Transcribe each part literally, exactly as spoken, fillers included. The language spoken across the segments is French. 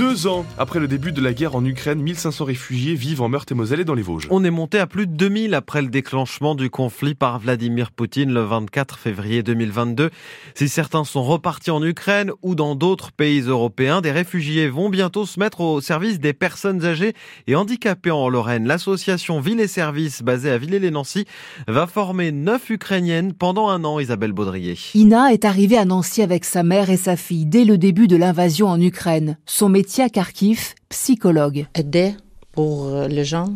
Deux ans après le début de la guerre en Ukraine, mille cinq cents réfugiés vivent en Meurthe-et-Moselle et dans les Vosges. On est monté à plus de deux mille après le déclenchement du conflit par Vladimir Poutine le vingt-quatre février deux mille vingt-deux. Si certains sont repartis en Ukraine ou dans d'autres pays européens, des réfugiés vont bientôt se mettre au service des personnes âgées et handicapées en Lorraine. L'association Ville et Services, basée à Villers-lès-Nancy, va former neuf Ukrainiennes pendant un an, Isabelle Baudrier. Ina est arrivée à Nancy avec sa mère et sa fille dès le début de l'invasion en Ukraine. Son métier à Kharkiv, psychologue. Aider pour les gens,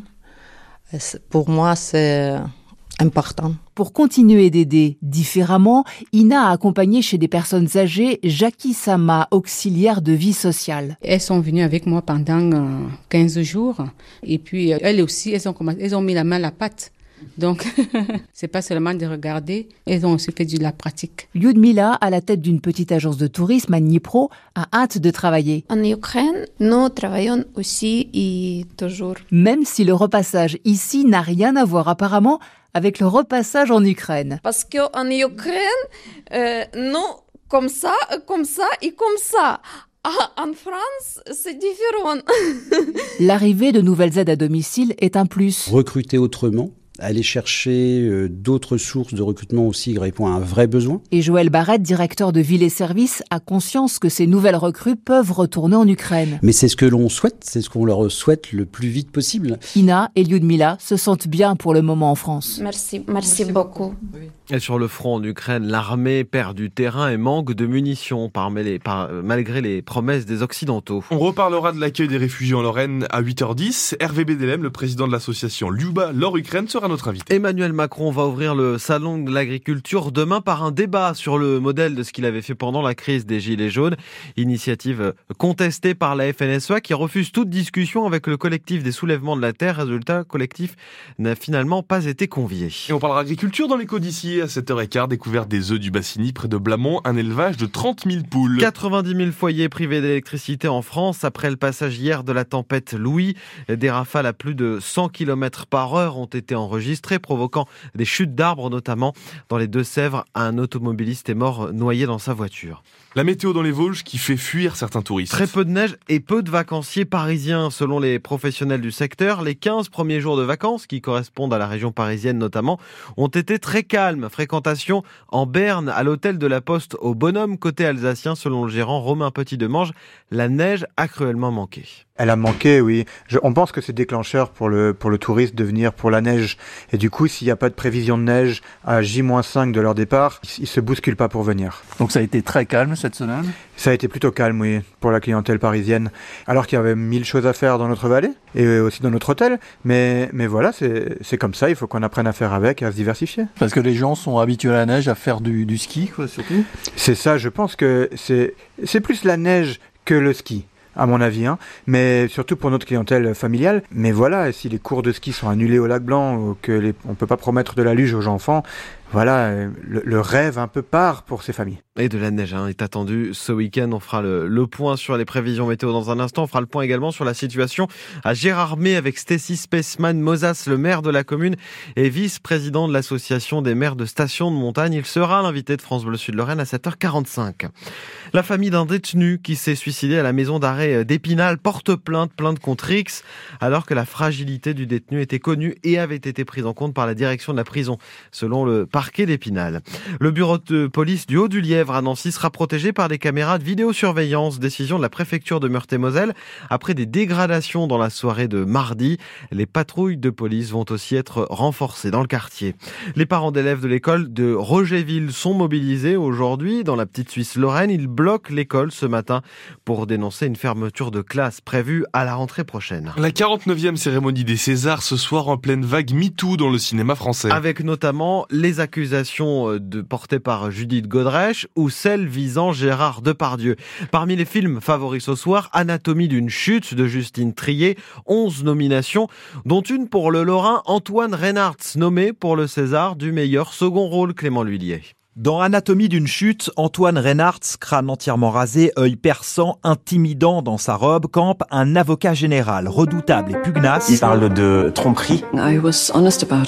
pour moi, c'est important. Pour continuer d'aider différemment, Ina a accompagné chez des personnes âgées Jackie Sama, auxiliaire de vie sociale. Elles sont venues avec moi pendant quinze jours et puis elles aussi, elles ont, commencé, elles ont mis la main à la pâte. Donc, c'est pas seulement de regarder, elles ont aussi fait de la pratique. Lyudmila, à la tête d'une petite agence de tourisme à Dnipro, a hâte de travailler. En Ukraine, nous travaillons aussi et toujours. Même si le repassage ici n'a rien à voir apparemment avec le repassage en Ukraine. Parce qu'en Ukraine, euh, nous, comme ça, comme ça et comme ça. Ah, en France, c'est différent. L'arrivée de nouvelles aides à domicile est un plus. Recruter autrement, aller chercher euh, d'autres sources de recrutement aussi qui répondent à un vrai besoin. Et Joël Barrette, directeur de Ville et Services, a conscience que ces nouvelles recrues peuvent retourner en Ukraine. Mais c'est ce que l'on souhaite, c'est ce qu'on leur souhaite le plus vite possible. Ina et Lyudmila se sentent bien pour le moment en France. Merci, merci, merci beaucoup. Oui. Et sur le front en Ukraine, l'armée perd du terrain et manque de munitions parmi les, par, malgré les promesses des Occidentaux. On reparlera de l'accueil des réfugiés en Lorraine à huit heures dix. Hervé Bédélem, le président de l'association Luba Lor-Ukraine, sera notre invité. Emmanuel Macron va ouvrir le salon de l'agriculture demain par un débat sur le modèle de ce qu'il avait fait pendant la crise des Gilets jaunes. Initiative contestée par la F N S E A qui refuse toute discussion avec le collectif des soulèvements de la terre. Résultat, le collectif n'a finalement pas été convié. Et on parlera agriculture dans l'écho d'ici. À sept heures quinze, découverte des œufs du Bassigny près de Blamont, un élevage de trente mille poules. quatre-vingt-dix mille foyers privés d'électricité en France après le passage hier de la tempête Louis. Des rafales à plus de cent kilomètres par heure ont été enregistrées, provoquant des chutes d'arbres, notamment dans les Deux-Sèvres. Un automobiliste est mort noyé dans sa voiture. La météo dans les Vosges qui fait fuir certains touristes. Très peu de neige et peu de vacanciers parisiens, selon les professionnels du secteur. Les quinze premiers jours de vacances, qui correspondent à la région parisienne notamment, ont été très calmes. Fréquentation en Berne, à l'hôtel de la Poste au Bonhomme, côté alsacien, selon le gérant Romain Petit-Demange. La neige a cruellement manqué. Elle a manqué, oui. Je, on pense que c'est déclencheur pour le, pour le touriste de venir pour la neige. Et du coup, s'il n'y a pas de prévision de neige à J moins cinq de leur départ, ils ne se bousculent pas pour venir. Donc ça a été très calme cette semaine ? Ça a été plutôt calme, oui, pour la clientèle parisienne. Alors qu'il y avait mille choses à faire dans notre vallée et aussi dans notre hôtel. Mais, mais voilà, c'est, c'est comme ça, il faut qu'on apprenne à faire avec et à se diversifier. Parce que les gens sont habitués à la neige, à faire du, du ski, quoi, surtout ? C'est ça, je pense que c'est, c'est plus la neige que le ski, à mon avis, hein. Mais surtout pour notre clientèle familiale. Mais voilà, si les cours de ski sont annulés au Lac Blanc ou que les, on peut pas promettre de la luge aux enfants, voilà, le, le rêve un peu part pour ces familles. Et de la neige hein, est attendue ce week-end. On fera le, le point sur les prévisions météo dans un instant. On fera le point également sur la situation à Gérardmer avec Stécie Spaceman-Mozas, le maire de la commune et vice-président de l'association des maires de stations de montagne. Il sera l'invité de France Bleu Sud-Lorraine à sept heures quarante-cinq. La famille d'un détenu qui s'est suicidé à la maison d'arrêt d'Épinal porte plainte, plainte contre X, alors que la fragilité du détenu était connue et avait été prise en compte par la direction de la prison, selon le parquet d'Épinal. Le bureau de police du Haut-du-Lièvre à Nancy sera protégé par des caméras de vidéosurveillance. Décision de la préfecture de Meurthe-et-Moselle. Après des dégradations dans la soirée de mardi, les patrouilles de police vont aussi être renforcées dans le quartier. Les parents d'élèves de l'école de Rogerville sont mobilisés aujourd'hui dans la petite Suisse Lorraine. Ils bloquent l'école ce matin pour dénoncer une fermeture de classe prévue à la rentrée prochaine. La quarante-neuvième cérémonie des Césars ce soir en pleine vague MeToo dans le cinéma français. Avec notamment les accusations de, portées par Judith Godrèche ou celles visant Gérard Depardieu. Parmi les films favoris ce soir, Anatomie d'une chute de Justine Triet, onze nominations, dont une pour le Lorrain Antoine Reinhardt, nommé pour le César du meilleur second rôle, Clément Lhuillier. Dans Anatomie d'une chute, Antoine Reinhardt, crâne entièrement rasé, œil perçant, intimidant dans sa robe, campe un avocat général redoutable et pugnace. Il parle de tromperie. I was honest about it.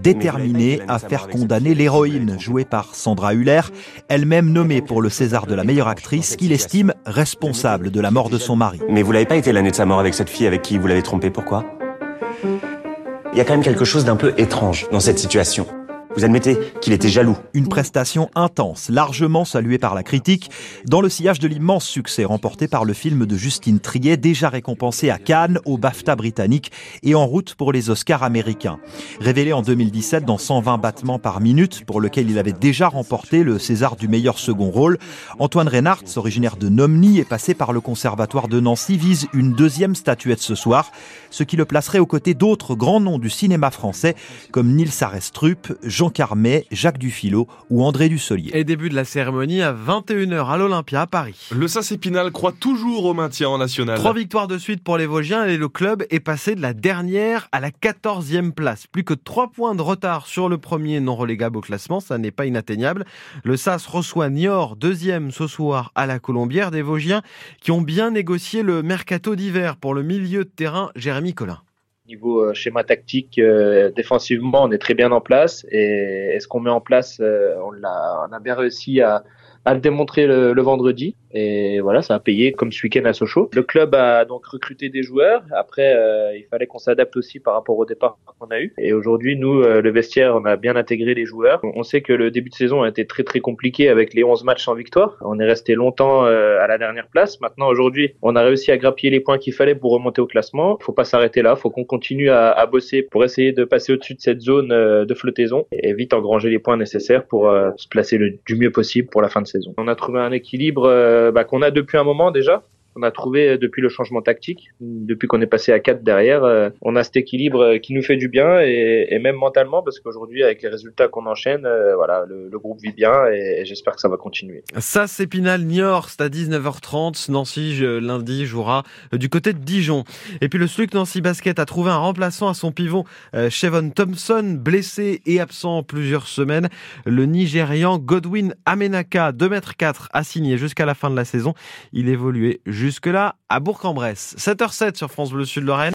déterminée à faire condamner l'héroïne, jouée par Sandra Hüller, elle-même nommée pour le César de la meilleure actrice, qu'il estime responsable de la mort de son mari. Mais vous l'avez pas été l'année de sa mort avec cette fille avec qui vous l'avez trompé, pourquoi ? Il y a quand même quelque chose d'un peu étrange dans cette situation. Vous admettez qu'il était jaloux. Une prestation intense, largement saluée par la critique, dans le sillage de l'immense succès remporté par le film de Justine Triet, déjà récompensé à Cannes, au BAFTA britannique et en route pour les Oscars américains. Révélé en deux mille dix-sept dans cent vingt battements par minute, pour lequel il avait déjà remporté le César du meilleur second rôle, Antoine Reinhardt, originaire de Nomny et passé par le Conservatoire de Nancy, vise une deuxième statuette ce soir, ce qui le placerait aux côtés d'autres grands noms du cinéma français, comme Nils Arestrup, Jean Carmet, Jacques Dufilot ou André Dussolier. Et début de la cérémonie à vingt et une heures à l'Olympia à Paris. Le S A C Épinal croit toujours au maintien en national. Trois victoires de suite pour les Vosgiens et le club est passé de la dernière à la quatorzième place. Plus que trois points de retard sur le premier non relégable au classement, ça n'est pas inatteignable. Le S A S reçoit Niort, deuxième ce soir à la Colombière, des Vosgiens qui ont bien négocié le mercato d'hiver pour le milieu de terrain Jérémy Collin. Niveau euh, schéma tactique, euh, défensivement, on est très bien en place et, et ce qu'on met en place, euh, on, l'a, on a bien réussi à, à le démontrer le, le vendredi et voilà, ça a payé comme ce week-end à Sochaux. Le club a donc recruté des joueurs. Après, euh, il fallait qu'on s'adapte aussi par rapport au départ qu'on a eu. Et aujourd'hui, nous, euh, le vestiaire, on a bien intégré les joueurs. On sait que le début de saison a été très très compliqué avec les onze matchs sans victoire. On est resté longtemps euh, à la dernière place. Maintenant, aujourd'hui, on a réussi à grappiller les points qu'il fallait pour remonter au classement. Faut pas s'arrêter là. Faut qu'on continue à, à bosser pour essayer de passer au-dessus de cette zone euh, de flottaison et vite engranger les points nécessaires pour euh, se placer le, du mieux possible pour la fin de saison. On a trouvé un équilibre euh, bah, qu'on a depuis un moment déjà. On a trouvé depuis le changement tactique, depuis qu'on est passé à quatre derrière, euh, on a cet équilibre qui nous fait du bien et, et même mentalement parce qu'aujourd'hui avec les résultats qu'on enchaîne, euh, voilà, le, le groupe vit bien et, et j'espère que ça va continuer. S A S Épinal Niort, c'est à dix-neuf heures trente. Nancy je, lundi jouera du côté de Dijon. Et puis le S L U C Nancy Basket a trouvé un remplaçant à son pivot, euh, Shevon Thompson, blessé et absent plusieurs semaines. Le Nigérian Godwin Amenaka, deux mètres quatre, a signé jusqu'à la fin de la saison. Il évoluait jusque-là à Bourg-en-Bresse. sept heures zéro sept sur France Bleu Sud Lorraine.